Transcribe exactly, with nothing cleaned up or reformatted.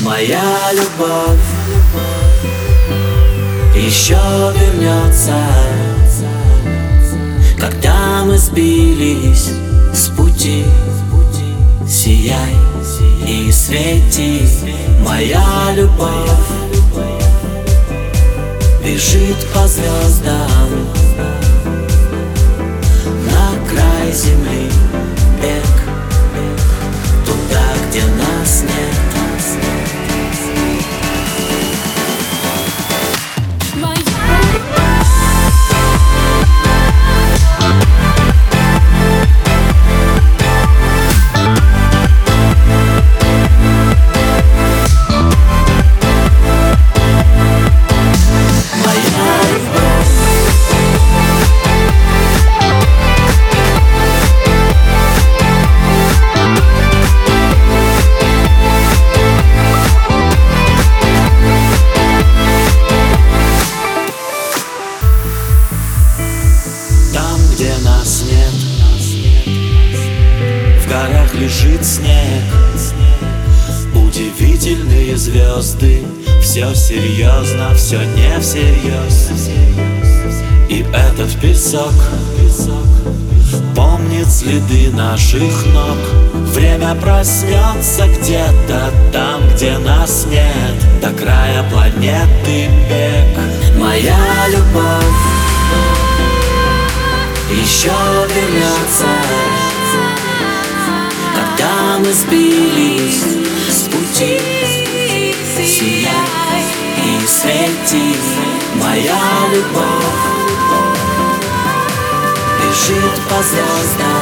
Моя любовь еще вернется, когда мы сбились с пути. Сияй и свети, моя любовь бежит по звездам на край земли, бег туда, где нас нет. Где нас нет, в горах лежит снег, удивительные звезды. Все серьезно, все не всерьез. И этот песок помнит следы наших ног. Время проснется где-то там, где нас нет, до края планеты бег. Моя любовь еще вернется, когда мы сбились с пути. Сияй и свети, моя любовь бежит по звездам